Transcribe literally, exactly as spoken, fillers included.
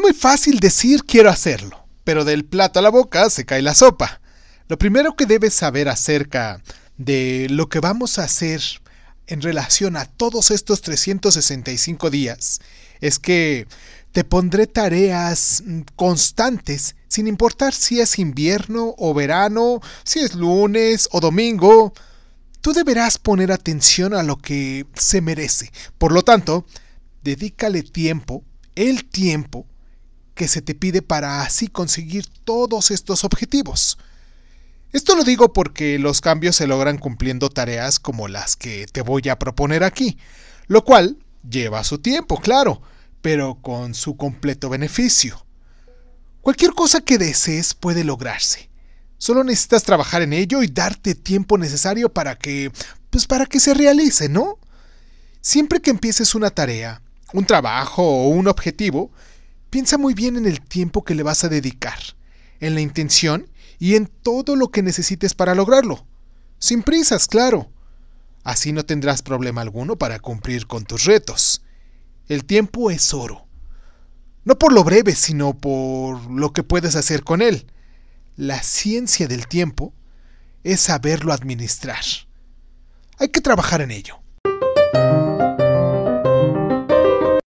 muy fácil decir quiero hacerlo, pero del plato a la boca se cae la sopa. Lo primero que debes saber acerca de lo que vamos a hacer en relación a todos estos trescientos sesenta y cinco días es que te pondré tareas constantes, sin importar si es invierno o verano, si es lunes o domingo. Tú deberás poner atención a lo que se merece. Por lo tanto, dedícale tiempo, el tiempo que se te pide para así conseguir todos estos objetivos. Esto lo digo porque los cambios se logran cumpliendo tareas como las que te voy a proponer aquí, lo cual lleva su tiempo, claro, pero con su completo beneficio. Cualquier cosa que desees puede lograrse. Solo necesitas trabajar en ello y darte tiempo necesario para que, pues para que se realice, ¿no? Siempre que empieces una tarea, un trabajo o un objetivo, piensa muy bien en el tiempo que le vas a dedicar, en la intención y en todo lo que necesites para lograrlo. Sin prisas, claro. Así no tendrás problema alguno para cumplir con tus retos. El tiempo es oro. No por lo breve, sino por lo que puedes hacer con él. La ciencia del tiempo es saberlo administrar. Hay que trabajar en ello.